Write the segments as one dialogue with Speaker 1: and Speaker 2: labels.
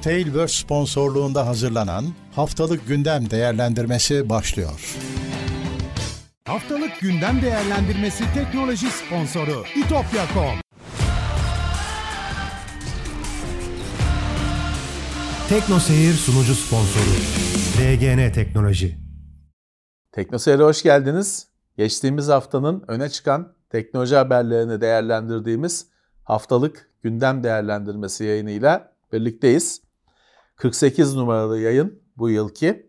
Speaker 1: Tailverse sponsorluğunda hazırlanan Haftalık Gündem Değerlendirmesi başlıyor.
Speaker 2: Haftalık Gündem Değerlendirmesi teknoloji sponsoru itopya.com. TeknoSeyir sunucu sponsoru DGN Teknoloji.
Speaker 3: TeknoSeyir'e hoş geldiniz. Geçtiğimiz haftanın öne çıkan teknoloji haberlerini değerlendirdiğimiz Haftalık Gündem Değerlendirmesi yayınıyla birlikteyiz. 48 numaralı yayın bu yılki.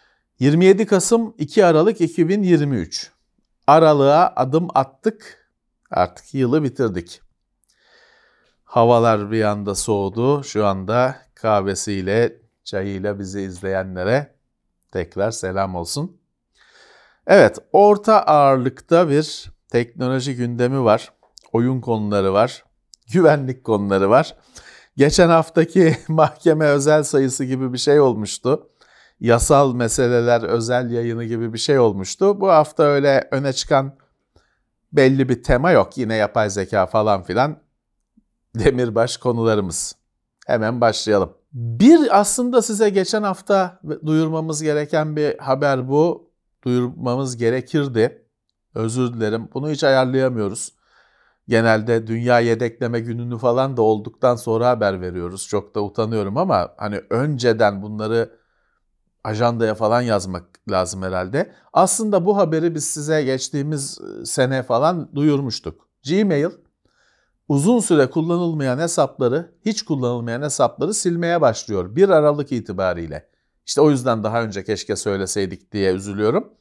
Speaker 3: 27 Kasım 2 Aralık 2023. Aralığa adım attık. Artık yılı bitirdik. Havalar bir anda soğudu. Şu anda kahvesiyle, çayıyla bizi izleyenlere tekrar selam olsun. Evet, orta ağırlıkta bir teknoloji gündemi var. Oyun konuları var. Güvenlik konuları var. Geçen haftaki mahkeme özel sayısı gibi bir şey olmuştu. Yasal meseleler özel yayını gibi bir şey olmuştu. Bu hafta öyle öne çıkan belli bir tema yok. Yine yapay zeka falan filan demirbaş konularımız. Hemen başlayalım. Bir aslında size geçen hafta duyurmamız gereken bir haber bu. Duyurmamız gerekirdi. Özür dilerim. Bunu hiç ayarlayamıyoruz. Genelde dünya yedekleme gününü falan da olduktan sonra haber veriyoruz. Çok da utanıyorum ama hani önceden bunları ajandaya falan yazmak lazım herhalde. Aslında bu haberi biz size geçtiğimiz sene falan duyurmuştuk. Gmail uzun süre kullanılmayan hesapları, hiç kullanılmayan hesapları silmeye başlıyor 1 Aralık itibariyle. İşte o yüzden daha önce keşke söyleseydik diye üzülüyorum.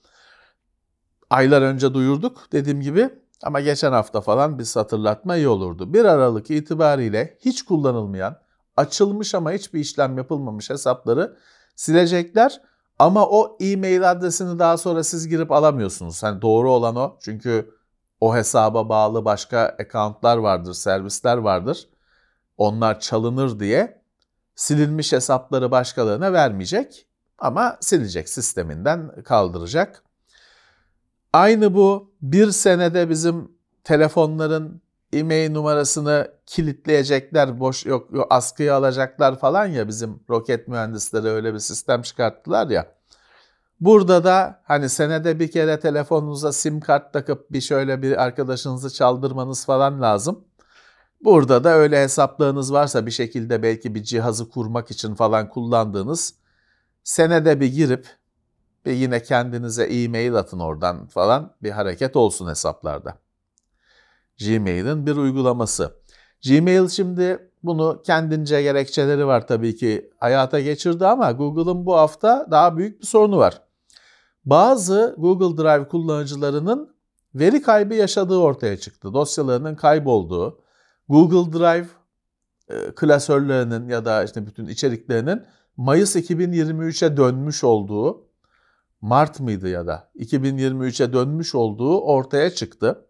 Speaker 3: Aylar önce duyurduk dediğim gibi ama geçen hafta falan bir hatırlatma iyi olurdu. 1 Aralık itibariyle hiç kullanılmayan, açılmış ama hiçbir işlem yapılmamış hesapları silecekler. Ama o e-mail adresini daha sonra siz girip alamıyorsunuz. Yani doğru olan o. Çünkü o hesaba bağlı başka accountlar vardır, servisler vardır. Onlar çalınır diye silinmiş hesapları başkalarına vermeyecek ama silecek, sisteminden kaldıracak. Aynı bu bir senede bizim telefonların e-mail numarasını kilitleyecekler, yok askıya alacaklar falan ya, bizim roket mühendisleri öyle bir sistem çıkarttılar ya. Burada da hani senede bir kere telefonunuza sim kart takıp şöyle bir arkadaşınızı çaldırmanız falan lazım. Burada da öyle hesaplarınız varsa bir şekilde belki bir cihazı kurmak için falan kullandığınız, senede bir girip yine kendinize e-mail atın oradan falan, bir hareket olsun hesaplarda. Gmail'in bir uygulaması. Gmail şimdi bunu kendince gerekçeleri var tabii ki hayata geçirdi ama Google'ın bu hafta daha büyük bir sorunu var. Bazı Google Drive kullanıcılarının veri kaybı yaşadığı ortaya çıktı. Dosyalarının kaybolduğu, Google Drive klasörlerinin ya da işte bütün içeriklerinin Mayıs 2023'e dönmüş olduğu, Mart mıydı ya da 2023'e dönmüş olduğu ortaya çıktı.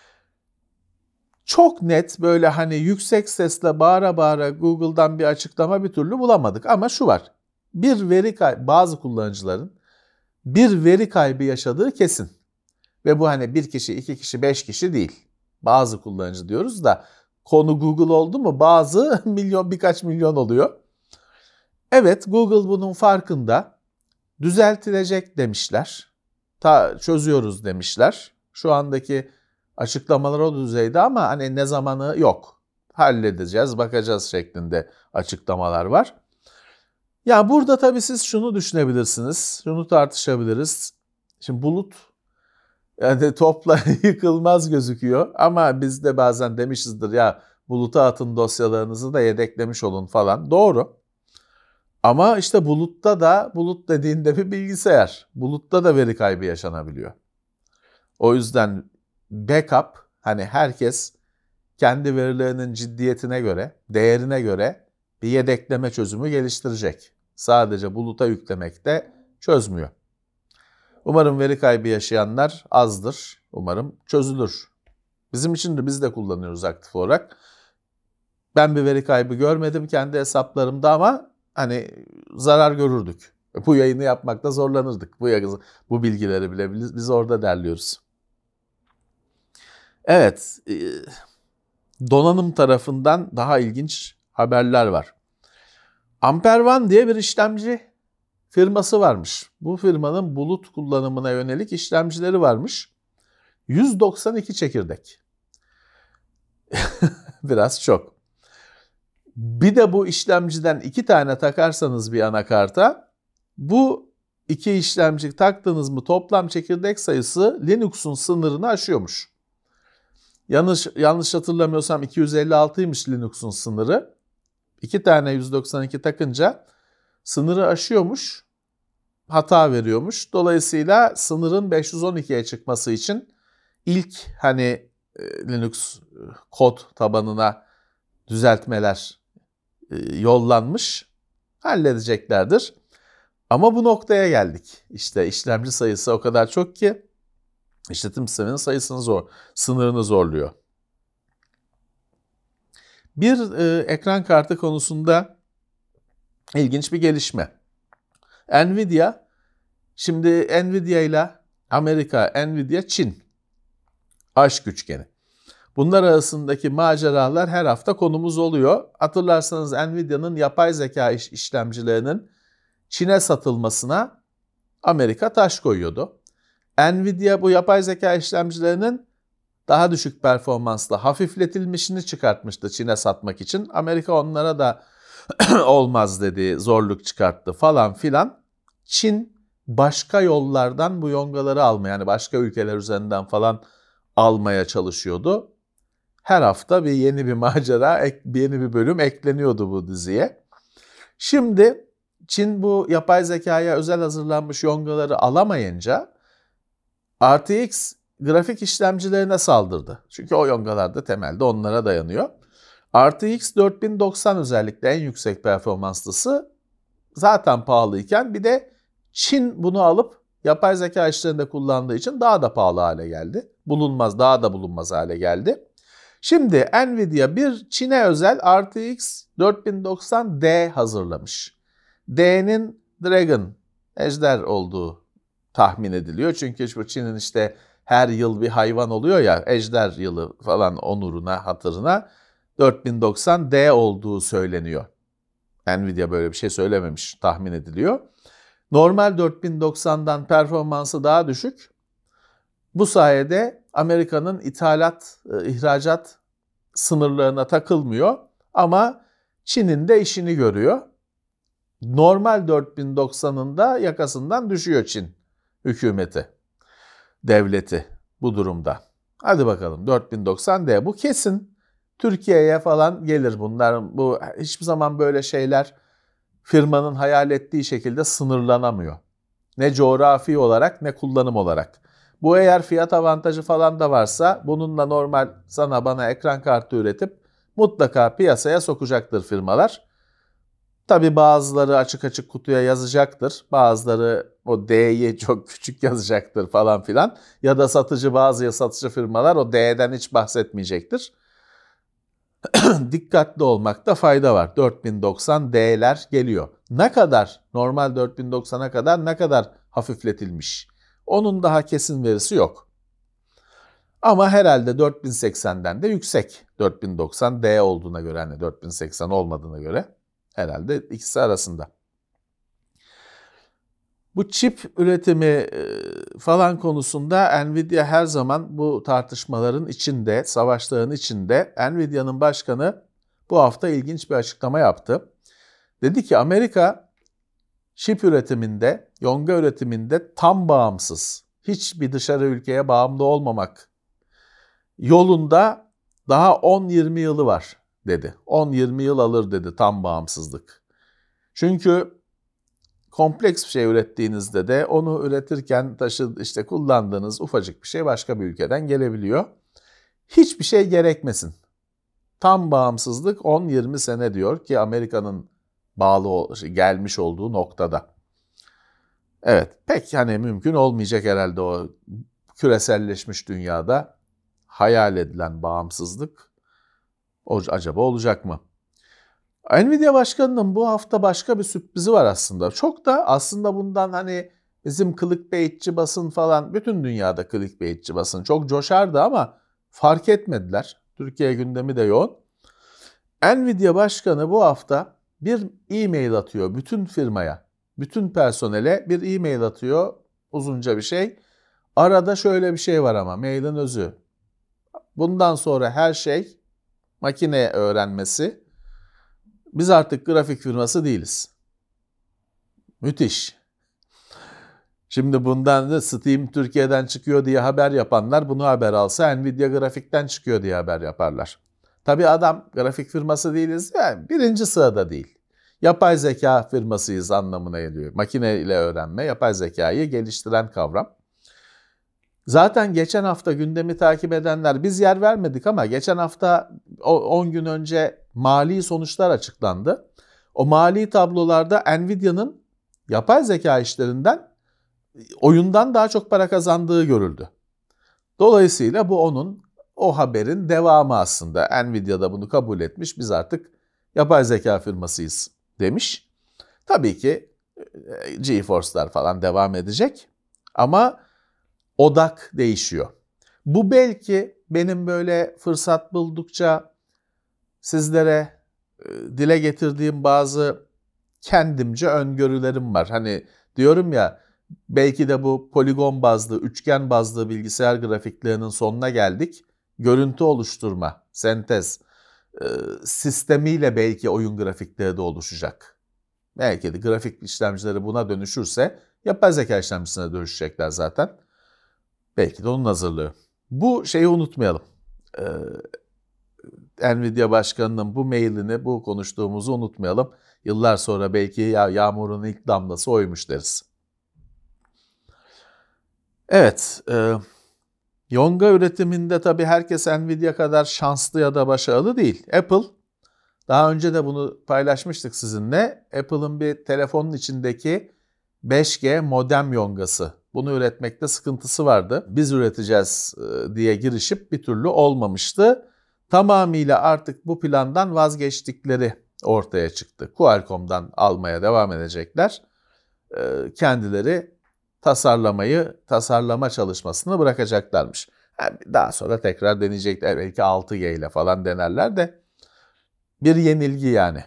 Speaker 3: Çok net böyle hani yüksek sesle bağıra bağıra Google'dan bir açıklama bir türlü bulamadık. Ama şu var, bazı kullanıcıların bir veri kaybı yaşadığı kesin. Ve bu hani bir kişi, 2 kişi, 5 kişi değil. Bazı kullanıcı diyoruz da konu Google oldu mu bazı birkaç milyon oluyor. Evet, Google bunun farkında. Düzeltilecek demişler. Çözüyoruz demişler. Şu andaki açıklamalar o düzeyde ama hani ne zamanı yok. Halledeceğiz, bakacağız şeklinde açıklamalar var. Ya burada tabii siz şunu düşünebilirsiniz, şunu tartışabiliriz. Şimdi bulut yani topla yıkılmaz gözüküyor ama biz de bazen demişizdir ya, buluta atın dosyalarınızı da yedeklemiş olun falan. Doğru. Ama işte bulut dediğinde bir bilgisayar. Bulutta da veri kaybı yaşanabiliyor. O yüzden backup, hani herkes kendi verilerinin ciddiyetine göre, değerine göre bir yedekleme çözümü geliştirecek. Sadece buluta yüklemek de çözmüyor. Umarım veri kaybı yaşayanlar azdır. Umarım çözülür. Bizim için de, biz de kullanıyoruz aktif olarak. Ben bir veri kaybı görmedim kendi hesaplarımda ama hani zarar görürdük. Bu yayını yapmakta zorlanırdık. Bu bilgileri bile biz orada derliyoruz. Evet, donanım tarafından daha ilginç haberler var. Ampere One diye bir işlemci firması varmış. Bu firmanın bulut kullanımına yönelik işlemcileri varmış. 192 çekirdek. Biraz çok. Bir de bu işlemciden 2 tane takarsanız bir anakarta, bu 2 işlemci taktınız mı toplam çekirdek sayısı Linux'un sınırını aşıyormuş. Yanlış hatırlamıyorsam 256'ymış Linux'un sınırı. 2 tane 192 takınca sınırı aşıyormuş, hata veriyormuş. Dolayısıyla sınırın 512'ye çıkması için ilk Linux kod tabanına düzeltmeler yollanmış, halledeceklerdir. Ama bu noktaya geldik. İşte işlemci sayısı o kadar çok ki işletim sisteminin sınırını zorluyor. Bir ekran kartı konusunda ilginç bir gelişme. Nvidia, şimdi Nvidia ile Amerika, Nvidia, Çin aşk üçgeni. Bunlar arasındaki maceralar her hafta konumuz oluyor. Hatırlarsanız Nvidia'nın yapay zeka işlemcilerinin Çin'e satılmasına Amerika taş koyuyordu. Nvidia bu yapay zeka işlemcilerinin daha düşük performansla hafifletilmişini çıkartmıştı Çin'e satmak için. Amerika onlara da olmaz dedi, zorluk çıkarttı falan filan. Çin başka yollardan bu yongaları almaya, yani başka ülkeler üzerinden falan almaya çalışıyordu. Her hafta yeni bir macera, yeni bir bölüm ekleniyordu bu diziye. Şimdi Çin bu yapay zekaya özel hazırlanmış yongaları alamayınca RTX grafik işlemcilerine saldırdı. Çünkü o yongalar da temelde onlara dayanıyor. RTX 4090 özellikle en yüksek performanslısı zaten pahalıyken bir de Çin bunu alıp yapay zeka işlerinde kullandığı için daha da pahalı hale geldi. Daha da bulunmaz hale geldi. Şimdi Nvidia bir Çin'e özel RTX 4090D hazırlamış. D'nin Dragon, ejder olduğu tahmin ediliyor. Çünkü bu Çin'in işte her yıl bir hayvan oluyor ya, ejder yılı falan onuruna, hatırına 4090D olduğu söyleniyor. Nvidia böyle bir şey söylememiş, tahmin ediliyor. Normal 4090'dan performansı daha düşük. Bu sayede Amerika'nın ihracat sınırlarına takılmıyor ama Çin'in de işini görüyor. Normal 4090'ın da yakasından düşüyor Çin hükümeti, devleti bu durumda. Hadi bakalım 4090D bu kesin Türkiye'ye falan gelir bunlar. Bu hiçbir zaman böyle şeyler firmanın hayal ettiği şekilde sınırlanamıyor. Ne coğrafi olarak ne kullanım olarak. Bu eğer fiyat avantajı falan da varsa bununla normal sana bana ekran kartı üretip mutlaka piyasaya sokacaktır firmalar. Tabii bazıları açık açık kutuya yazacaktır. Bazıları o D'yi çok küçük yazacaktır falan filan. Ya da bazı satıcı firmalar o D'den hiç bahsetmeyecektir. Dikkatli olmakta fayda var. 4090D'ler geliyor. Ne kadar normal 4090'a kadar ne kadar hafifletilmiş? Onun daha kesin verisi yok. Ama herhalde 4080'den de yüksek. 4090D olduğuna göre, hani 4080 olmadığına göre herhalde ikisi arasında. Bu çip üretimi falan konusunda Nvidia her zaman bu tartışmaların içinde, savaşların içinde. Nvidia'nın başkanı bu hafta ilginç bir açıklama yaptı. Dedi ki Amerika çip üretiminde, yonga üretiminde tam bağımsız, hiçbir dışarı ülkeye bağımlı olmamak yolunda daha 10-20 yılı var dedi. 10-20 yıl alır dedi tam bağımsızlık. Çünkü kompleks bir şey ürettiğinizde de onu üretirken kullandığınız ufacık bir şey başka bir ülkeden gelebiliyor. Hiçbir şey gerekmesin. Tam bağımsızlık 10-20 sene diyor ki Amerika'nın gelmiş olduğu noktada. Evet, pek mümkün olmayacak herhalde o küreselleşmiş dünyada hayal edilen bağımsızlık acaba olacak mı? Nvidia başkanının bu hafta başka bir sürprizi var aslında. Çok da aslında bundan bizim clickbaitçi basın falan, bütün dünyada clickbaitçi basın çok coşardı ama fark etmediler. Türkiye gündemi de yoğun. Nvidia başkanı bu hafta bir e-mail atıyor bütün firmaya, bütün personele bir e-mail atıyor, uzunca bir şey. Arada şöyle bir şey var ama mailin özü. Bundan sonra her şey makine öğrenmesi. Biz artık grafik firması değiliz. Müthiş. Şimdi bundan da Steam Türkiye'den çıkıyor diye haber yapanlar bunu haber alsa Nvidia grafikten çıkıyor diye haber yaparlar. Tabii adam grafik firması değiliz yani birinci sırada değil. Yapay zeka firmasıyız anlamına geliyor. Makine ile öğrenme, yapay zekayı geliştiren kavram. Zaten geçen hafta gündemi takip edenler biz yer vermedik ama geçen hafta 10 gün önce mali sonuçlar açıklandı. O mali tablolarda Nvidia'nın yapay zeka işlerinden oyundan daha çok para kazandığı görüldü. Dolayısıyla bu o haberin devamı aslında. Nvidia da bunu kabul etmiş. Biz artık yapay zeka firmasıyız demiş. Tabii ki GeForce'lar falan devam edecek ama odak değişiyor. Bu belki benim böyle fırsat buldukça sizlere dile getirdiğim bazı kendimce öngörülerim var. Hani diyorum ya belki de bu poligon bazlı, üçgen bazlı bilgisayar grafiklerinin sonuna geldik. Görüntü oluşturma, sentez sistemiyle belki oyun grafikleri de oluşacak. Belki de grafik işlemcileri buna dönüşürse yapay zeka işlemcisine dönüşecekler zaten. Belki de onun hazırlığı. Bu şeyi unutmayalım. Nvidia başkanının bu mailini, bu konuştuğumuzu unutmayalım. Yıllar sonra belki yağmurun ilk damlası oymuş deriz. Evet, Yonga üretiminde tabii herkes Nvidia kadar şanslı ya da başarılı değil. Apple, daha önce de bunu paylaşmıştık sizinle. Apple'ın bir telefonun içindeki 5G modem yongası. Bunu üretmekte sıkıntısı vardı. Biz üreteceğiz diye girişip bir türlü olmamıştı. Tamamıyla artık bu plandan vazgeçtikleri ortaya çıktı. Qualcomm'dan almaya devam edecekler. Kendileri tasarlama çalışmasını bırakacaklarmış. Yani daha sonra tekrar deneyecekler. Belki 6G ile falan denerler de bir yenilgi yani.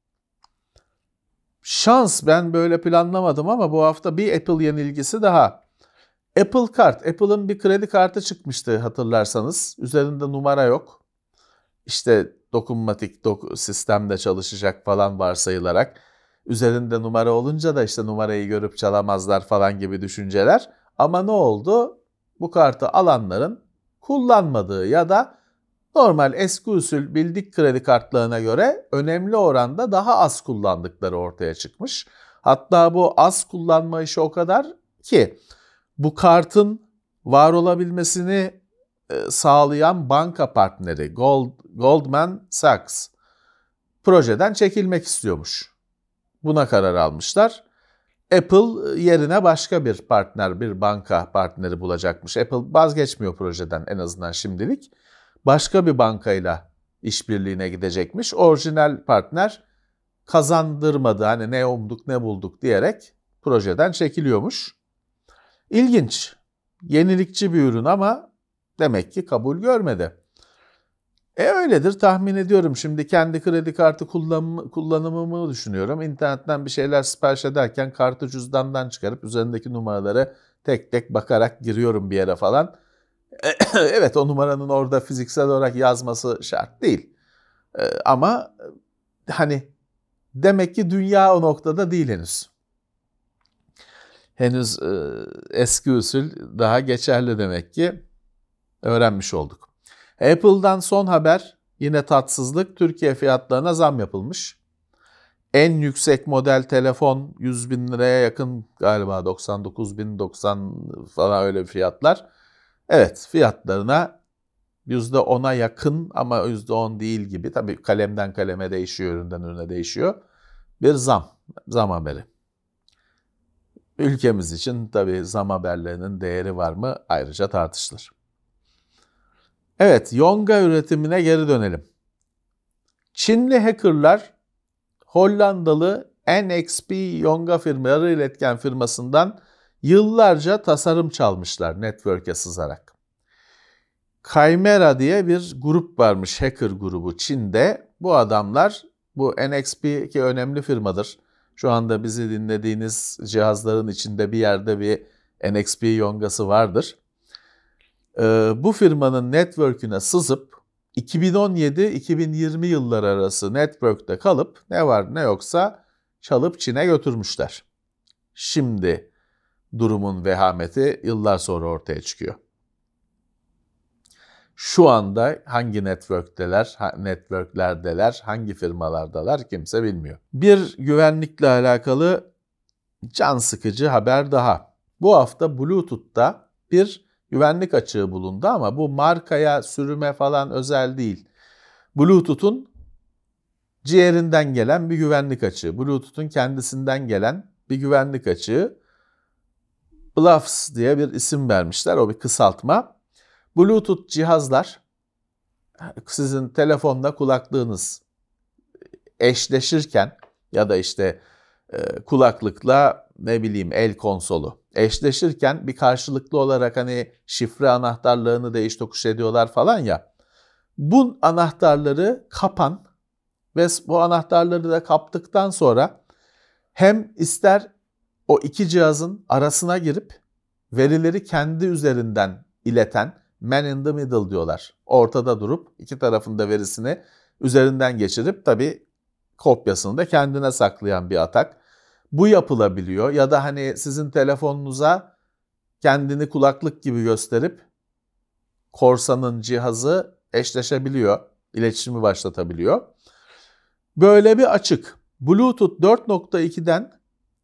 Speaker 3: Şans, ben böyle planlamadım ama bu hafta bir Apple yenilgisi daha. Apple Kart. Apple'ın bir kredi kartı çıkmıştı hatırlarsanız. Üzerinde numara yok. İşte dokunmatik sistemde çalışacak falan varsayılarak. Üzerinde numara olunca da işte numarayı görüp çalamazlar falan gibi düşünceler. Ama ne oldu? Bu kartı alanların kullanmadığı ya da normal eski usul bildik kredi kartlarına göre önemli oranda daha az kullandıkları ortaya çıkmış. Hatta bu az kullanma işi o kadar ki bu kartın var olabilmesini sağlayan banka partneri Goldman Sachs projeden çekilmek istiyormuş. Buna karar almışlar. Apple yerine başka bir partner, bir banka partneri bulacakmış. Apple vazgeçmiyor projeden en azından şimdilik. Başka bir bankayla işbirliğine gidecekmiş. Orijinal partner kazandırmadı. Hani ne umduk ne bulduk diyerek projeden çekiliyormuş. İlginç. Yenilikçi bir ürün ama demek ki kabul görmedi. Öyledir tahmin ediyorum. Şimdi kendi kredi kartı kullanımımı düşünüyorum. İnternetten bir şeyler sipariş ederken kartı cüzdandan çıkarıp üzerindeki numaraları tek tek bakarak giriyorum bir yere falan. Evet, o numaranın orada fiziksel olarak yazması şart değil. Ama hani demek ki dünya o noktada değil henüz. Henüz eski usul daha geçerli demek ki. Öğrenmiş olduk. Apple'dan son haber, yine tatsızlık. Türkiye fiyatlarına zam yapılmış. En yüksek model telefon 100 bin liraya yakın galiba, 99 bin 90 falan öyle fiyatlar. Evet, fiyatlarına %10'a yakın ama %10 değil gibi. Tabii kalemden kaleme değişiyor, üründen ürüne değişiyor. Bir zam haberi. Ülkemiz için tabii zam haberlerinin değeri var mı ayrıca tartışılır. Evet, Yonga üretimine geri dönelim. Çinli hackerlar Hollandalı NXP Yonga firmaları iletken firmasından yıllarca tasarım çalmışlar network'e sızarak. Chimera diye bir grup varmış, hacker grubu Çin'de. Bu adamlar Bu NXP ki önemli firmadır. Şu anda bizi dinlediğiniz cihazların içinde bir yerde bir NXP yongası vardır. Bu firmanın network'üne sızıp 2017-2020 yılları arası network'te kalıp ne var ne yoksa çalıp Çin'e götürmüşler. Şimdi durumun vehameti yıllar sonra ortaya çıkıyor. Şu anda hangi networklerdeler, hangi firmalardalar kimse bilmiyor. Bir güvenlikle alakalı can sıkıcı haber daha. Bu hafta Bluetooth'ta bir güvenlik açığı bulundu ama bu markaya, sürüme falan özel değil. Bluetooth'un ciğerinden gelen bir güvenlik açığı. Bluetooth'un kendisinden gelen bir güvenlik açığı. BLUFS diye bir isim vermişler. O bir kısaltma. Bluetooth cihazlar sizin telefonla kulaklığınız eşleşirken ya da işte kulaklıkla ne bileyim el konsolu eşleşirken bir karşılıklı olarak hani şifre anahtarlarını değiş tokuş ediyorlar falan ya. Bu anahtarları kapan ve bu anahtarları da kaptıktan sonra hem ister o iki cihazın arasına girip verileri kendi üzerinden ileten man in the middle diyorlar. Ortada durup iki tarafın da verisini üzerinden geçirip tabii kopyasını da kendine saklayan bir atak. Bu yapılabiliyor ya da hani sizin telefonunuza kendini kulaklık gibi gösterip korsanın cihazı eşleşebiliyor, iletişimi başlatabiliyor. Böyle bir açık. Bluetooth 4.2'den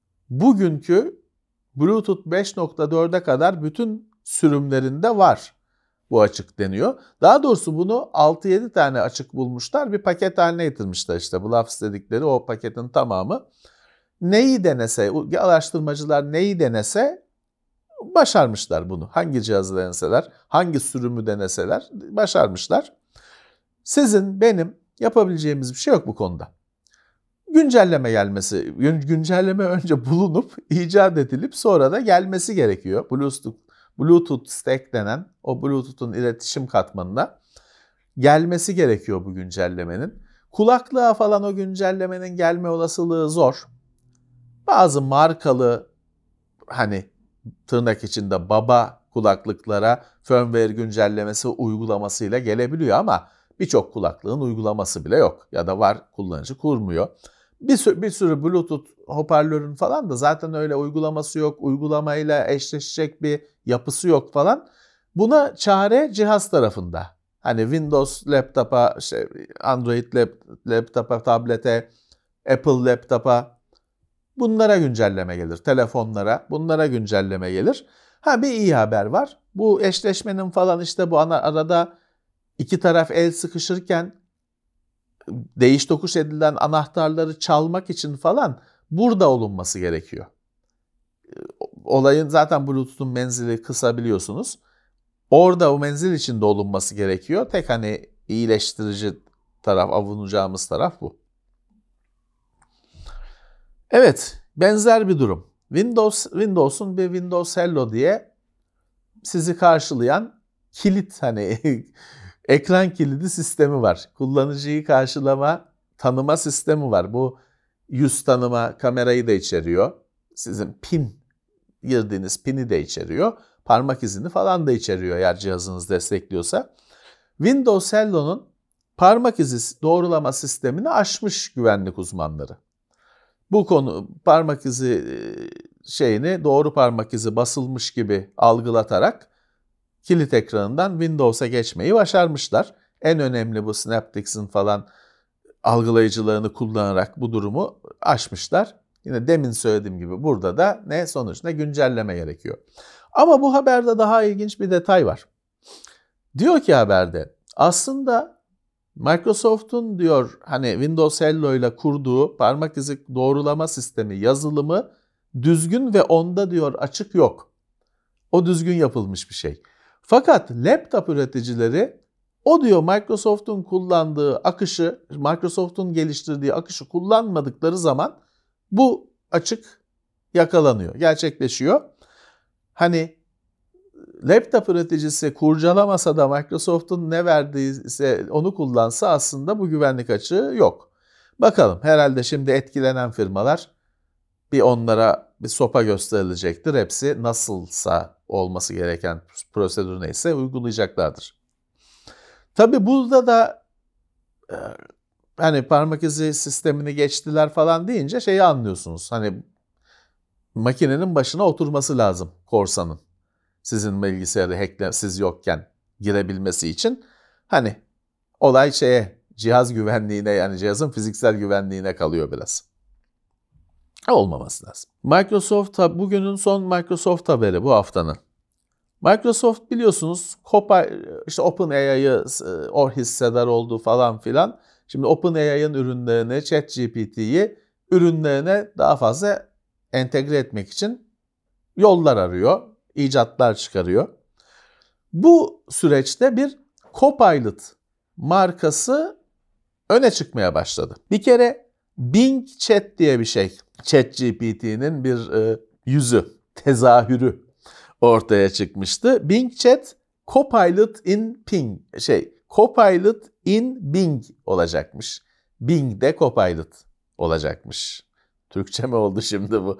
Speaker 3: bugünkü Bluetooth 5.4'e kadar bütün sürümlerinde var bu açık deniyor. Daha doğrusu bunu 6-7 tane açık bulmuşlar, bir paket haline getirmişler işte BLUFS dedikleri o paketin tamamı. Neyi denese, araştırmacılar neyi denese başarmışlar bunu. Hangi cihazı deneseler, hangi sürümü deneseler başarmışlar. Sizin, benim yapabileceğimiz bir şey yok bu konuda. Güncelleme gelmesi, güncelleme önce bulunup, icat edilip sonra da gelmesi gerekiyor. Bluetooth Stack denen o Bluetooth'un iletişim katmanına gelmesi gerekiyor bu güncellemenin. Kulaklığa falan o güncellemenin gelme olasılığı zor. Bazı markalı hani tırnak içinde baba kulaklıklara firmware güncellemesi uygulamasıyla gelebiliyor ama birçok kulaklığın uygulaması bile yok ya da var kullanıcı kurmuyor. Bir sürü Bluetooth hoparlörün falan da zaten öyle uygulaması yok, uygulamayla eşleşecek bir yapısı yok falan. Buna çare cihaz tarafında. Hani Windows laptopa, Android laptopa, tablete, Apple laptopa bunlara güncelleme gelir. Telefonlara bunlara güncelleme gelir. Bir iyi haber var. Bu eşleşmenin falan işte bu arada iki taraf el sıkışırken değiş tokuş edilen anahtarları çalmak için falan burada olunması gerekiyor. Olayın zaten Bluetooth'un menzili kısa biliyorsunuz. Orada o menzil içinde olunması gerekiyor. Tek hani iyileştirici taraf, avunacağımız taraf bu. Evet, benzer bir durum. Windows'un bir Windows Hello diye sizi karşılayan kilit hani ekran kilidi sistemi var. Kullanıcıyı karşılama, tanıma sistemi var. Bu yüz tanıma kamerayı da içeriyor. Sizin girdiğiniz pini de içeriyor. Parmak izini falan da içeriyor eğer cihazınız destekliyorsa. Windows Hello'nun parmak izi doğrulama sistemini aşmış güvenlik uzmanları. Bu konu parmak izi doğru parmak izi basılmış gibi algılatarak kilit ekranından Windows'a geçmeyi başarmışlar. En önemli bu Synaptics'in falan algılayıcılarını kullanarak bu durumu aşmışlar. Yine demin söylediğim gibi burada da sonuçta güncelleme gerekiyor. Ama bu haberde daha ilginç bir detay var. Diyor ki haberde aslında Microsoft'un diyor hani Windows Hello ile kurduğu parmak izi doğrulama sistemi yazılımı düzgün ve onda diyor açık yok. O düzgün yapılmış bir şey. Fakat laptop üreticileri o diyor Microsoft'un kullandığı akışı, Microsoft'un geliştirdiği akışı kullanmadıkları zaman bu açık yakalanıyor, gerçekleşiyor. Hani laptop üreticisi kurcalamasa da Microsoft'un ne verdiyse onu kullansa aslında bu güvenlik açığı yok. Bakalım, herhalde şimdi etkilenen firmalar bir onlara bir sopa gösterilecektir. Hepsi nasılsa olması gereken prosedür neyse uygulayacaklardır. Tabii burada da hani parmak izi sistemini geçtiler falan deyince şeyi anlıyorsunuz. Hani makinenin başına oturması lazım korsanın. Sizin bilgisayarı siz yokken girebilmesi için. Hani olay cihaz güvenliğine, yani cihazın fiziksel güvenliğine kalıyor biraz. Olmaması lazım. Microsoft, bugünün son Microsoft haberi bu haftanın. Microsoft biliyorsunuz işte OpenAI'yı o hissedar oldu falan filan. Şimdi OpenAI'ın ürünlerini, ChatGPT'yi ürünlerine daha fazla entegre etmek için yollar arıyor, icatlar çıkarıyor. Bu süreçte bir Copilot markası öne çıkmaya başladı. Bir kere Bing Chat diye bir şey, ChatGPT'nin bir yüzü, tezahürü ortaya çıkmıştı. Bing Chat, Copilot in Bing olacakmış. Bing'de Copilot olacakmış. Türkçe mi oldu şimdi bu?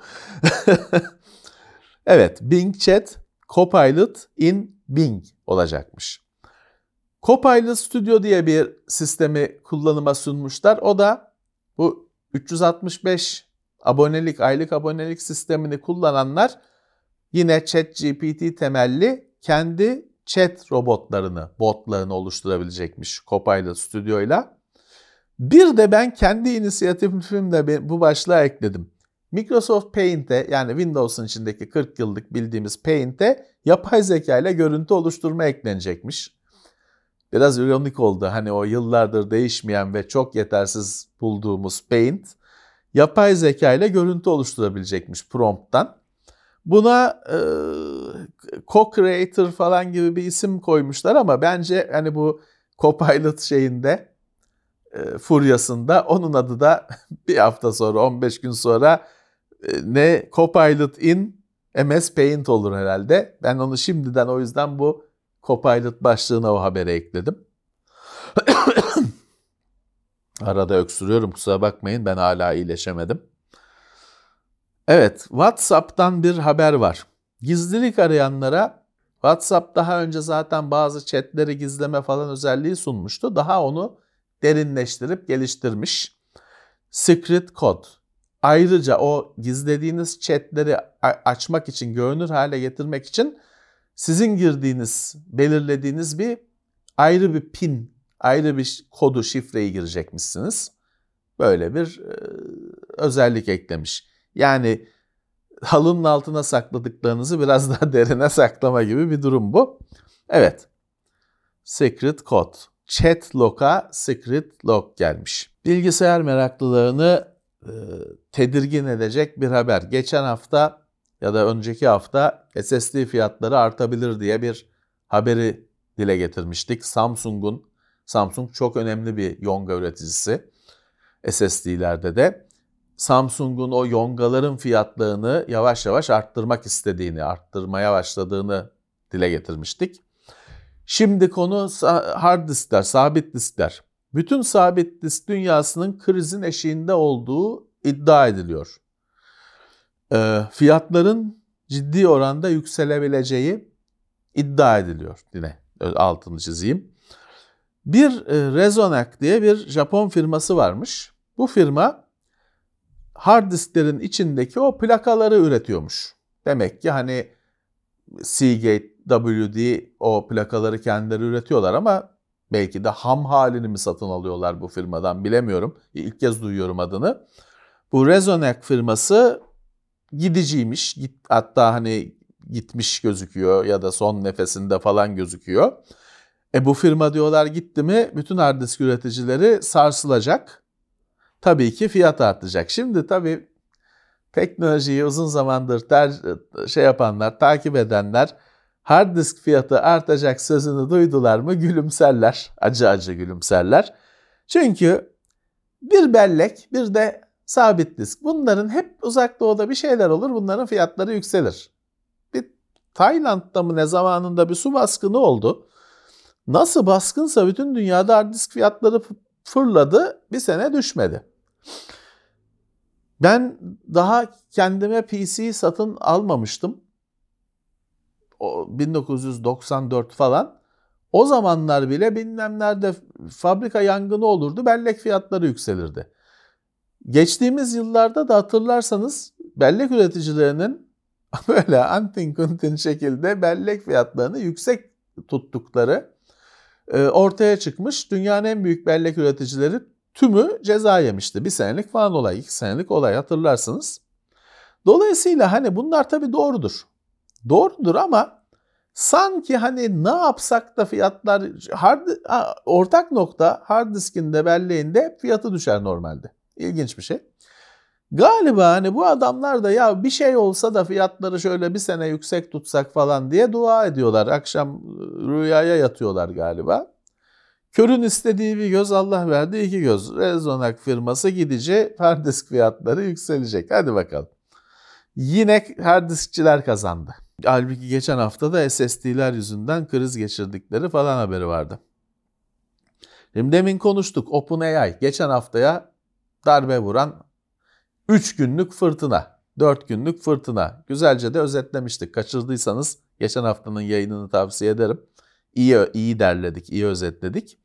Speaker 3: Evet, Bing Chat, Copilot in Bing olacakmış. Copilot Studio diye bir sistemi kullanıma sunmuşlar. O da bu 365 aylık abonelik sistemini kullananlar yine ChatGPT temelli kendi chat botlarını oluşturabilecekmiş Copilot Studio'yla. Bir de ben kendi inisiyatifimle bu başlığa ekledim. Microsoft Paint'e, yani Windows'un içindeki 40 yıllık bildiğimiz Paint'e yapay zeka ile görüntü oluşturma eklenecekmiş. Biraz ironik oldu. Hani o yıllardır değişmeyen ve çok yetersiz bulduğumuz Paint, yapay zeka ile görüntü oluşturabilecekmiş prompttan. Buna Co-Creator falan gibi bir isim koymuşlar ama bence hani bu Copilot furyasında onun adı da bir hafta sonra, 15 gün sonra ne Copilot in MS Paint olur herhalde. Ben onu şimdiden o yüzden bu Copilot başlığına o habere ekledim. Arada öksürüyorum, kusura bakmayın, ben hala iyileşemedim. Evet, WhatsApp'tan bir haber var. Gizlilik arayanlara WhatsApp daha önce zaten bazı chatleri gizleme falan özelliği sunmuştu. Daha onu derinleştirip geliştirmiş. Secret Code. Ayrıca o gizlediğiniz chatleri açmak için, görünür hale getirmek için sizin belirlediğiniz ayrı bir pin, ayrı bir kodu, şifreyi girecekmişsiniz. Böyle bir özellik eklemiş. Yani halının altına sakladıklarınızı biraz daha derine saklama gibi bir durum bu. Evet. Secret Code. Chat Lock'a Secret Lock gelmiş. Bilgisayar meraklılarını tedirgin edecek bir haber. Geçen hafta ya da önceki hafta SSD fiyatları artabilir diye bir haberi dile getirmiştik. Samsung çok önemli bir yonga üreticisi. SSD'lerde de. Samsung'un o yongaların fiyatlarını yavaş yavaş arttırmaya başladığını dile getirmiştik. Şimdi konu hard diskler, sabit diskler. Bütün sabit disk dünyasının krizin eşiğinde olduğu iddia ediliyor. Fiyatların ciddi oranda yükselebileceği iddia ediliyor. Yine altını çizeyim. Bir Resonac diye bir Japon firması varmış. Bu firma hard disklerin içindeki o plakaları üretiyormuş. Demek ki hani Seagate, WD o plakaları kendileri üretiyorlar ama belki de ham halini mi satın alıyorlar bu firmadan, bilemiyorum. İlk kez duyuyorum adını. Bu Resonac firması gidiciymiş. Hatta hani gitmiş gözüküyor ya da son nefesinde falan gözüküyor. Bu firma diyorlar gitti mi bütün hard disk üreticileri sarsılacak. Tabii ki fiyat artacak. Şimdi tabii teknolojiyi uzun zamandır takip edenler hard disk fiyatı artacak sözünü duydular mı gülümserler. Acı acı gülümserler. Çünkü bir bellek bir de sabit disk. Bunların hep uzak doğuda bir şeyler olur. Bunların fiyatları yükselir. Bir Tayland'da mı ne zamanında bir su baskını oldu. Nasıl baskınsa bütün dünyada hard disk fiyatları fırladı. Bir sene düşmedi. Ben daha kendime PC satın almamıştım. 1994 falan. O zamanlar bile bilmem nerede fabrika yangını olurdu, bellek fiyatları yükselirdi. Geçtiğimiz yıllarda da hatırlarsanız bellek üreticilerinin böyle antin kuntin şekilde bellek fiyatlarını yüksek tuttukları ortaya çıkmış. Dünyanın en büyük bellek üreticileri tümü ceza yemişti. 1 senelik falan olay, 2 senelik olay hatırlarsınız. Dolayısıyla hani bunlar tabii doğrudur. Doğrudur ama sanki hani ne yapsak da fiyatlar ortak nokta hard diskinde belleğinde fiyatı düşer normalde. İlginç bir şey. Galiba hani bu adamlar da ya bir şey olsa da fiyatları şöyle bir sene yüksek tutsak falan diye dua ediyorlar. Akşam rüyaya yatıyorlar galiba. Körün istediği bir göz, Allah verdi 2 göz. Rezonak firması gidince hard disk fiyatları yükselecek. Hadi bakalım. Yine hard diskçiler kazandı. Halbuki geçen hafta da SSD'ler yüzünden kriz geçirdikleri falan haberi vardı. Şimdi demin konuştuk. OpenAI geçen haftaya darbe vuran 3 günlük fırtına, 4 günlük fırtına. Güzelce de özetlemiştik. Kaçırdıysanız geçen haftanın yayınını tavsiye ederim. İyi derledik, iyi özetledik.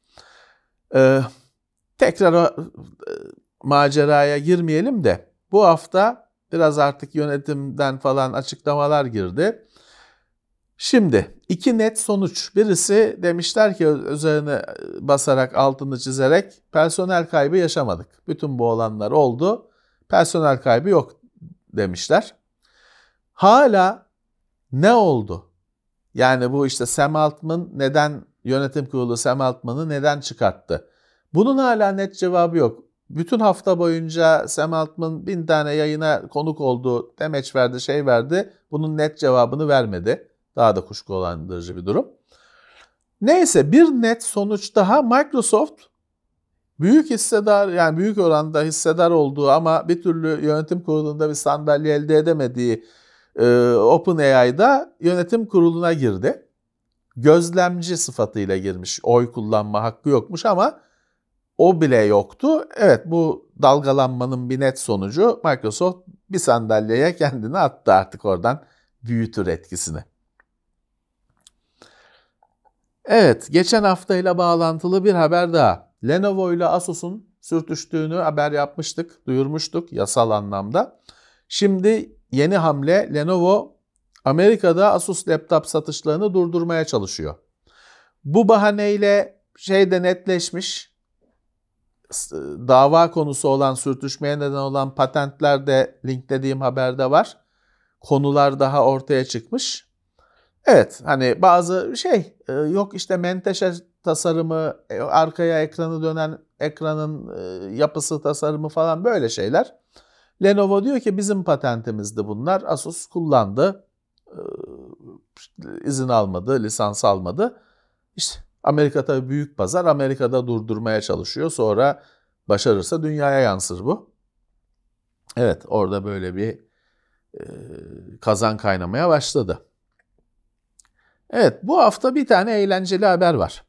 Speaker 3: Tekrar maceraya girmeyelim de bu hafta biraz artık yönetimden falan açıklamalar girdi. Şimdi 2 net sonuç. Birisi demişler ki üzerine basarak altını çizerek personel kaybı yaşamadık. Bütün bu olanlar oldu. Personel kaybı yok demişler. Hala ne oldu? Yani bu işte Sam Altman neden yönetim kurulu Sam Altman'ı neden çıkarttı? Bunun hala net cevabı yok. Bütün hafta boyunca Sam Altman 1000 tane yayına konuk oldu, demeç verdi, şey verdi. Bunun net cevabını vermedi. Daha da kuşkulandırıcı bir durum. Neyse bir net sonuç daha Microsoft büyük hissedar yani büyük oranda hissedar olduğu ama bir türlü yönetim kurulunda bir sandalye elde edemediği OpenAI'da yönetim kuruluna girdi. Gözlemci sıfatıyla girmiş. Oy kullanma hakkı yokmuş ama o bile yoktu. Evet bu dalgalanmanın bir net sonucu Microsoft bir sandalyeye kendini attı artık oradan büyütür etkisini. Evet, geçen haftayla bağlantılı bir haber daha. Lenovo ile Asus'un sürtüştüğünü haber yapmıştık, duyurmuştuk yasal anlamda. Şimdi yeni hamle Lenovo Amerika'da Asus laptop satışlarını durdurmaya çalışıyor. Bu bahaneyle de netleşmiş, dava konusu olan sürtüşmeye neden olan patentler de linklediğim haberde var. Konular daha ortaya çıkmış. Evet hani bazı yok işte menteşe tasarımı, arkaya ekranı dönen ekranın yapısı tasarımı falan böyle şeyler. Lenovo diyor ki bizim patentimizdi bunlar. Asus kullandı, izin almadı, lisans almadı. İşte Amerika tabii büyük pazar, Amerika'da durdurmaya çalışıyor. Sonra başarırsa dünyaya yansır bu. Evet orada böyle bir kazan kaynamaya başladı. Evet bu hafta bir tane eğlenceli haber var.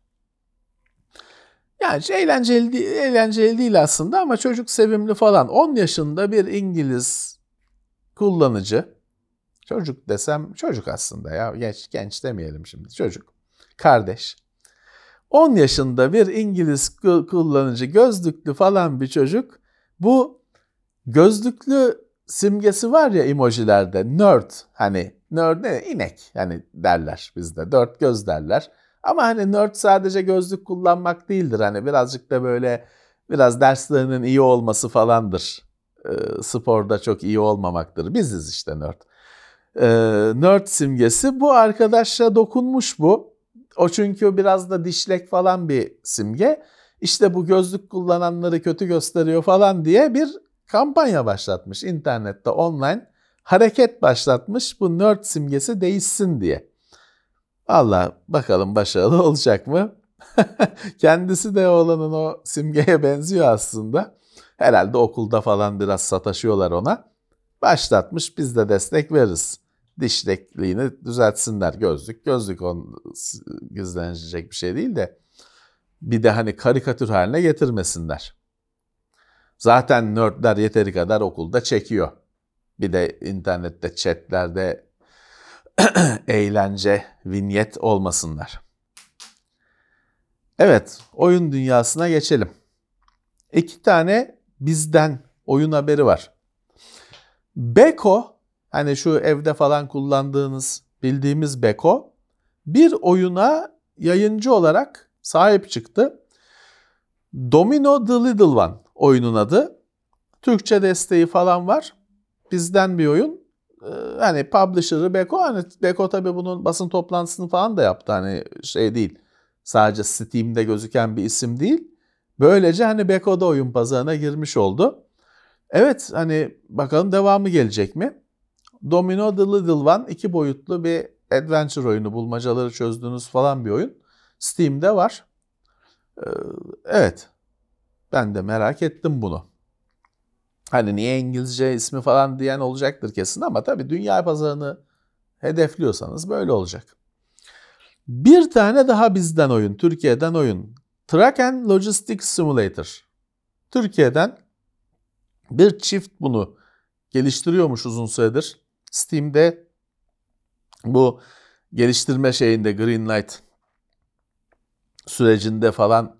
Speaker 3: Yani eğlenceli değil aslında ama çocuk sevimli falan. 10 yaşında bir İngiliz kullanıcı, çocuk desem çocuk aslında ya genç demeyelim şimdi çocuk, kardeş. 10 yaşında bir İngiliz kullanıcı gözlüklü falan bir çocuk bu gözlüklü simgesi var ya emojilerde nerd hani nerd ne inek hani derler bizde 4 göz derler. Ama hani nerd sadece gözlük kullanmak değildir. Hani birazcık da böyle biraz derslerinin iyi olması falandır. Sporda çok iyi olmamaktır. Biziz işte nerd. Nerd simgesi bu arkadaşa dokunmuş bu. O çünkü biraz da dişlek falan bir simge. İşte bu gözlük kullananları kötü gösteriyor falan diye bir kampanya başlatmış. İnternette online hareket başlatmış bu nerd simgesi değişsin diye. Allah bakalım başarılı olacak mı? Kendisi de oğlanın o simgeye benziyor aslında. Herhalde okulda falan biraz sataşıyorlar ona. Başlatmış biz de destek veririz. Dişlekliğini düzeltsinler. Gözlük gizlenecek bir şey değil de bir de hani karikatür haline getirmesinler. Zaten nerdler yeteri kadar okulda çekiyor. Bir de internette, chatlerde eğlence, vinyet olmasınlar. Evet, oyun dünyasına geçelim. 2 tane bizden oyun haberi var. Beko, hani şu evde falan kullandığınız, bildiğimiz Beko, bir oyuna yayıncı olarak sahip çıktı. Domino the Little One oyunun adı. Türkçe desteği falan var. Bizden bir oyun. Hani publisher'ı Beko. Hani Beko tabii bunun basın toplantısını falan da yaptı. Hani şey değil. Sadece Steam'de gözüken bir isim değil. Böylece hani Beko da oyun pazarına girmiş oldu. Evet, hani bakalım devamı gelecek mi? Domino the Little One 2 boyutlu bir adventure oyunu. Bulmacaları çözdüğünüz falan bir oyun. Steam'de var. Evet. Ben de merak ettim bunu. Hani niye İngilizce ismi falan diyen olacaktır kesin ama tabii dünya pazarını hedefliyorsanız böyle olacak. Bir tane daha bizden oyun, Türkiye'den oyun. Truck and Logistics Simulator. Türkiye'den bir çift bunu geliştiriyormuş uzun süredir. Steam'de bu geliştirme şeyinde Greenlight sürecinde falan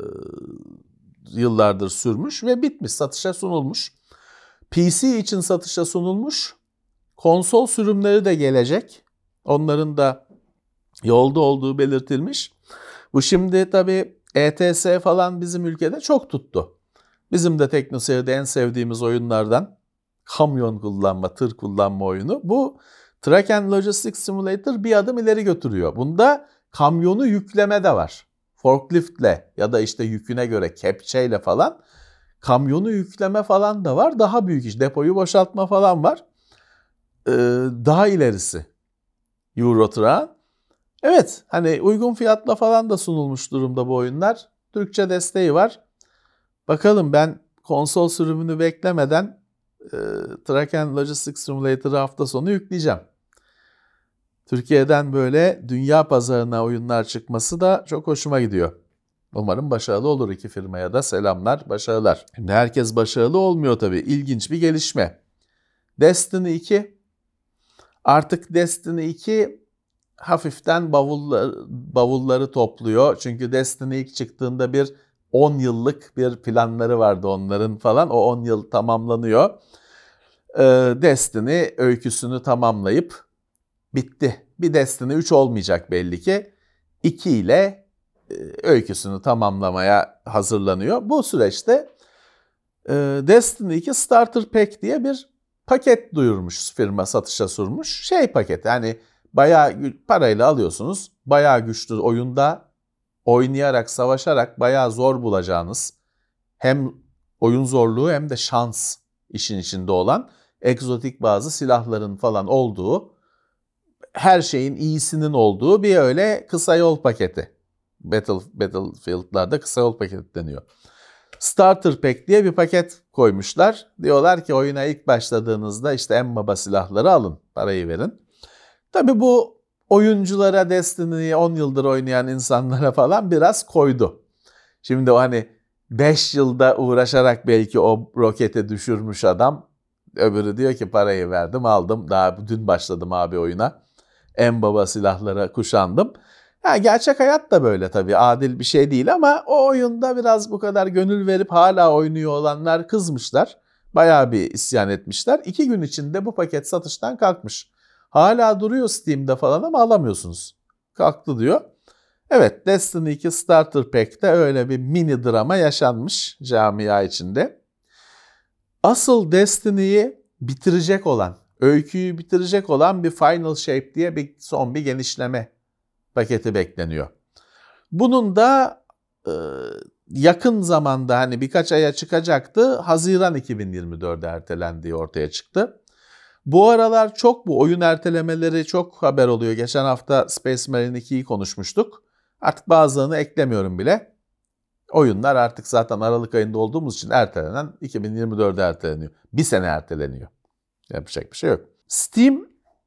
Speaker 3: yıllardır sürmüş ve bitmiş, satışa sunulmuş. PC için satışa sunulmuş. Konsol sürümleri de gelecek. Onların da yolda olduğu belirtilmiş. Bu şimdi tabii ETS falan bizim ülkede çok tuttu. Bizim de TeknoSeyir'de en sevdiğimiz oyunlardan kamyon kullanma, tır kullanma oyunu. Bu Truck and Logistics Simulator bir adım ileri götürüyor. Bunda kamyonu yükleme de var. Forkliftle ya da işte yüküne göre kepçeyle falan kamyonu yükleme falan da var. Daha büyük iş. Depoyu boşaltma falan var. Daha ilerisi Euro Truck'ın. Evet, hani uygun fiyatla falan da sunulmuş durumda bu oyunlar. Türkçe desteği var. Bakalım, ben konsol sürümünü beklemeden Truck and Logistics Simulator'ı hafta sonu yükleyeceğim. Türkiye'den böyle dünya pazarına oyunlar çıkması da çok hoşuma gidiyor. Umarım başarılı olur, 2 firmaya da selamlar, başarılar. Şimdi herkes başarılı olmuyor tabii. İlginç bir gelişme. Destiny 2. Artık Destiny 2 hafiften bavulları topluyor. Çünkü Destiny ilk çıktığında bir 10 yıllık bir planları vardı onların falan. O 10 yıl tamamlanıyor. Destiny öyküsünü tamamlayıp bitti. Bir Destiny 3 olmayacak belli ki. 2 ile öyküsünü tamamlamaya hazırlanıyor. Bu süreçte Destiny 2 Starter Pack diye bir paket duyurmuş, firma satışa sunmuş. Şey paket, yani bayağı parayla alıyorsunuz. Bayağı güçlü oyunda oynayarak, savaşarak bayağı zor bulacağınız, hem oyun zorluğu hem de şans işin içinde olan egzotik bazı silahların falan olduğu, her şeyin iyisinin olduğu bir öyle kısa yol paketi. Battlefield'larda kısa yol paketi deniyor. Starter Pack diye bir paket koymuşlar. Diyorlar ki oyuna ilk başladığınızda işte en baba silahları alın, parayı verin. Tabii bu oyunculara, Destiny'yi 10 yıldır oynayan insanlara falan biraz koydu. Şimdi o hani 5 yılda uğraşarak belki o rokete düşürmüş adam, öbürü diyor ki parayı verdim, aldım, daha dün başladım abi oyuna. En baba silahlara kuşandım. Gerçek hayat da böyle tabii, adil bir şey değil ama o oyunda biraz bu kadar gönül verip hala oynuyor olanlar kızmışlar. Bayağı bir isyan etmişler. 2 gün içinde bu paket satıştan kalkmış. Hala duruyor Steam'de falan ama alamıyorsunuz. Kalktı diyor. Evet, Destiny 2 Starter Pack'te öyle bir mini drama yaşanmış camia içinde. Asıl Destiny'yi bitirecek olan, öyküyü bitirecek olan bir Final Shape diye son bir genişleme paketi bekleniyor. Bunun da yakın zamanda, hani birkaç aya çıkacaktı. Haziran 2024'de ertelendiği ortaya çıktı. Bu aralar çok bu oyun ertelemeleri çok haber oluyor. Geçen hafta Space Marine 2'yi konuşmuştuk. Artık bazılarını eklemiyorum bile. Oyunlar artık zaten Aralık ayında olduğumuz için ertelenen 2024'de erteleniyor. Bir sene erteleniyor. Yapacak bir şey yok. Steam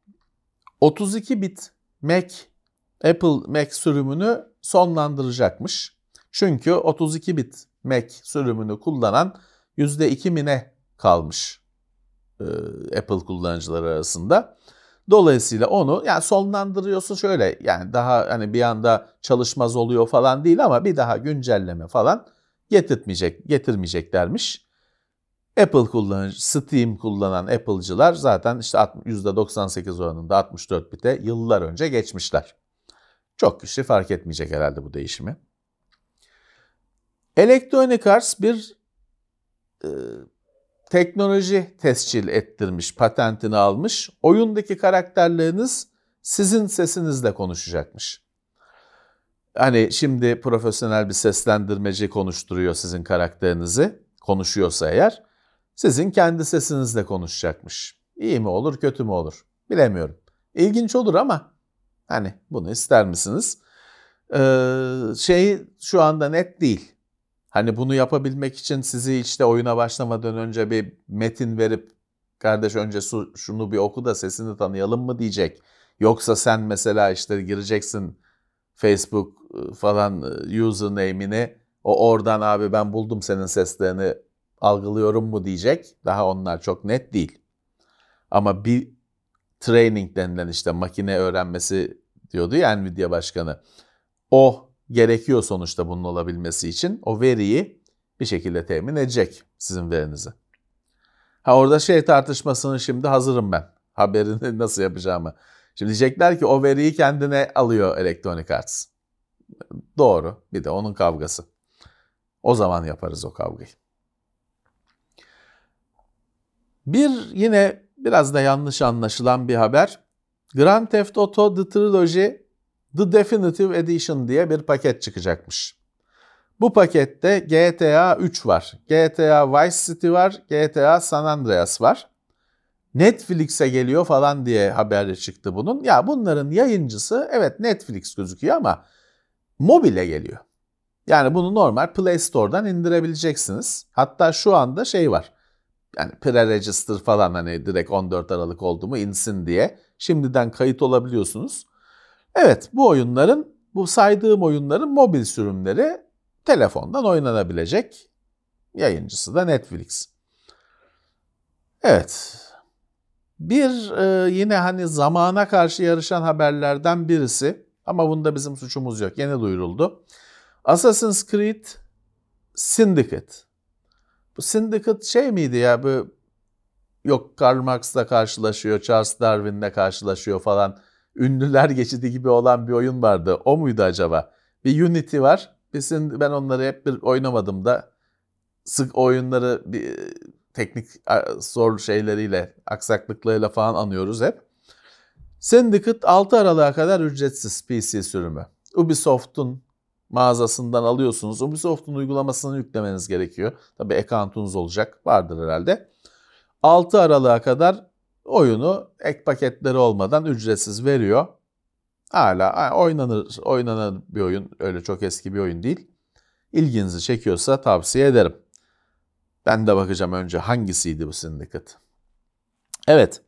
Speaker 3: 32 bit Apple Mac sürümünü sonlandıracakmış. Çünkü 32 bit Mac sürümünü kullanan %2 mi ne kalmış Apple kullanıcıları arasında. Dolayısıyla onu yani sonlandırıyorsa şöyle, yani daha hani bir anda çalışmaz oluyor falan değil ama bir daha güncelleme falan getirmeyeceklermiş. Apple kullanıcı, Steam kullanan Apple'cılar zaten işte %98 oranında 64 bit'e yıllar önce geçmişler. Çok kişi fark etmeyecek herhalde bu değişimi. Electronic Arts bir teknoloji tescil ettirmiş, patentini almış. Oyundaki karakterleriniz sizin sesinizle konuşacakmış. Hani şimdi profesyonel bir seslendirmeci konuşturuyor sizin karakterinizi, konuşuyorsa eğer, sizin kendi sesinizle konuşacakmış. İyi mi olur, kötü mü olur? Bilemiyorum. İlginç olur ama hani bunu ister misiniz? Şu anda net değil. Hani bunu yapabilmek için sizi işte oyuna başlamadan önce bir metin verip kardeş önce şunu bir oku da sesini tanıyalım mı diyecek. Yoksa sen mesela işte gireceksin Facebook falan username'ini, o oradan abi ben buldum senin seslerini algılıyorum mu diyecek. Daha onlar çok net değil. Ama bir training denilen işte makine öğrenmesi diyordu ya Nvidia başkanı. O gerekiyor sonuçta bunun olabilmesi için. O veriyi bir şekilde temin edecek sizin verinizi. Orada tartışmasını şimdi hazırım ben. Haberini nasıl yapacağımı. Şimdi diyecekler ki o veriyi kendine alıyor Electronic Arts. Doğru. Bir de onun kavgası. O zaman yaparız o kavgayı. Bir yine biraz da yanlış anlaşılan bir haber. Grand Theft Auto The Trilogy The Definitive Edition diye bir paket çıkacakmış. Bu pakette GTA 3 var, GTA Vice City var, GTA San Andreas var. Netflix'e geliyor falan diye haberi çıktı bunun. Ya bunların yayıncısı evet Netflix gözüküyor ama mobile geliyor. Yani bunu normal Play Store'dan indirebileceksiniz. Hatta şu anda var. Yani pre-register falan, hani direkt 14 Aralık oldu mu insin diye şimdiden kayıt olabiliyorsunuz. Evet, bu saydığım oyunların mobil sürümleri telefondan oynanabilecek. Yayıncısı da Netflix. Evet. Bir yine hani zamana karşı yarışan haberlerden birisi, ama bunda bizim suçumuz yok. Yeni duyuruldu. Assassin's Creed Syndicate. Bu Syndicate miydi ya? Yok Karl Marx'la karşılaşıyor, Charles Darwin'le karşılaşıyor falan. Ünlüler geçidi gibi olan bir oyun vardı. O muydu acaba? Bir Unity var. Ben onları hep oynamadım da. Sık oyunları teknik zor şeyleriyle, aksaklıklarıyla falan anıyoruz hep. Syndicate 6 Aralık'a kadar ücretsiz PC sürümü. Ubisoft'un mağazasından alıyorsunuz. Ubisoft'un uygulamasını yüklemeniz gerekiyor. Tabii account'unuz olacak. Vardır herhalde. 6 Aralık'a kadar oyunu ek paketleri olmadan ücretsiz veriyor. Hala oynanır bir oyun. Öyle çok eski bir oyun değil. İlginizi çekiyorsa tavsiye ederim. Ben de bakacağım önce hangisiydi bu Syndicate. Evet.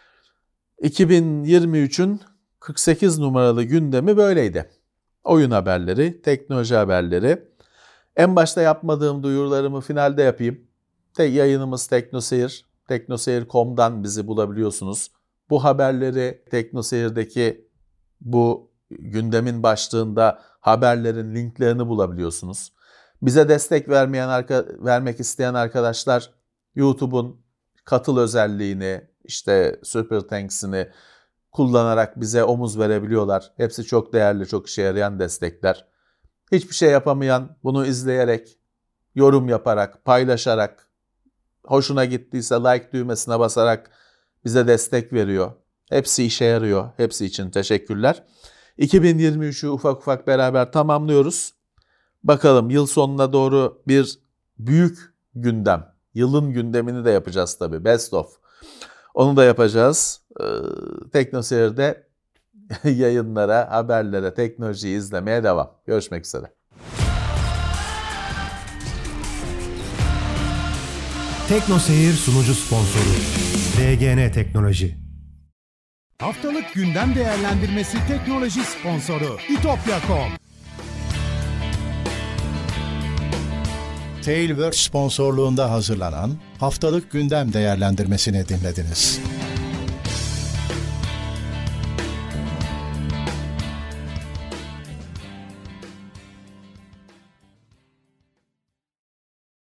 Speaker 3: 2023'ün 48 numaralı gündemi böyleydi. Oyun haberleri, teknoloji haberleri. En başta yapmadığım duyurularımı finalde yapayım. Yayınımız TeknoSeyir. TeknoSeyir.com'dan bizi bulabiliyorsunuz. Bu haberleri TeknoSeyir'deki bu gündemin başlığında haberlerin linklerini bulabiliyorsunuz. Bize destek vermek isteyen arkadaşlar YouTube'un katıl özelliğini, işte Super Thanks'ini kullanarak bize omuz verebiliyorlar. Hepsi çok değerli, çok işe yarayan destekler. Hiçbir şey yapamayan bunu izleyerek, yorum yaparak, paylaşarak, hoşuna gittiyse like düğmesine basarak bize destek veriyor. Hepsi işe yarıyor. Hepsi için teşekkürler. 2023'ü ufak ufak beraber tamamlıyoruz. Bakalım yıl sonuna doğru bir büyük gündem. Yılın gündemini de yapacağız tabii. Best of. Onu da yapacağız. TeknoSeyir'de yayınlara, haberlere, teknolojiyi izlemeye devam. Görüşmek üzere.
Speaker 2: TeknoSeyir sunucu sponsoru DGN Teknoloji.
Speaker 1: Haftalık gündem değerlendirmesi teknoloji sponsoru itopya.com. Tailwords sponsorluğunda hazırlanan haftalık gündem değerlendirmesini dinlediniz.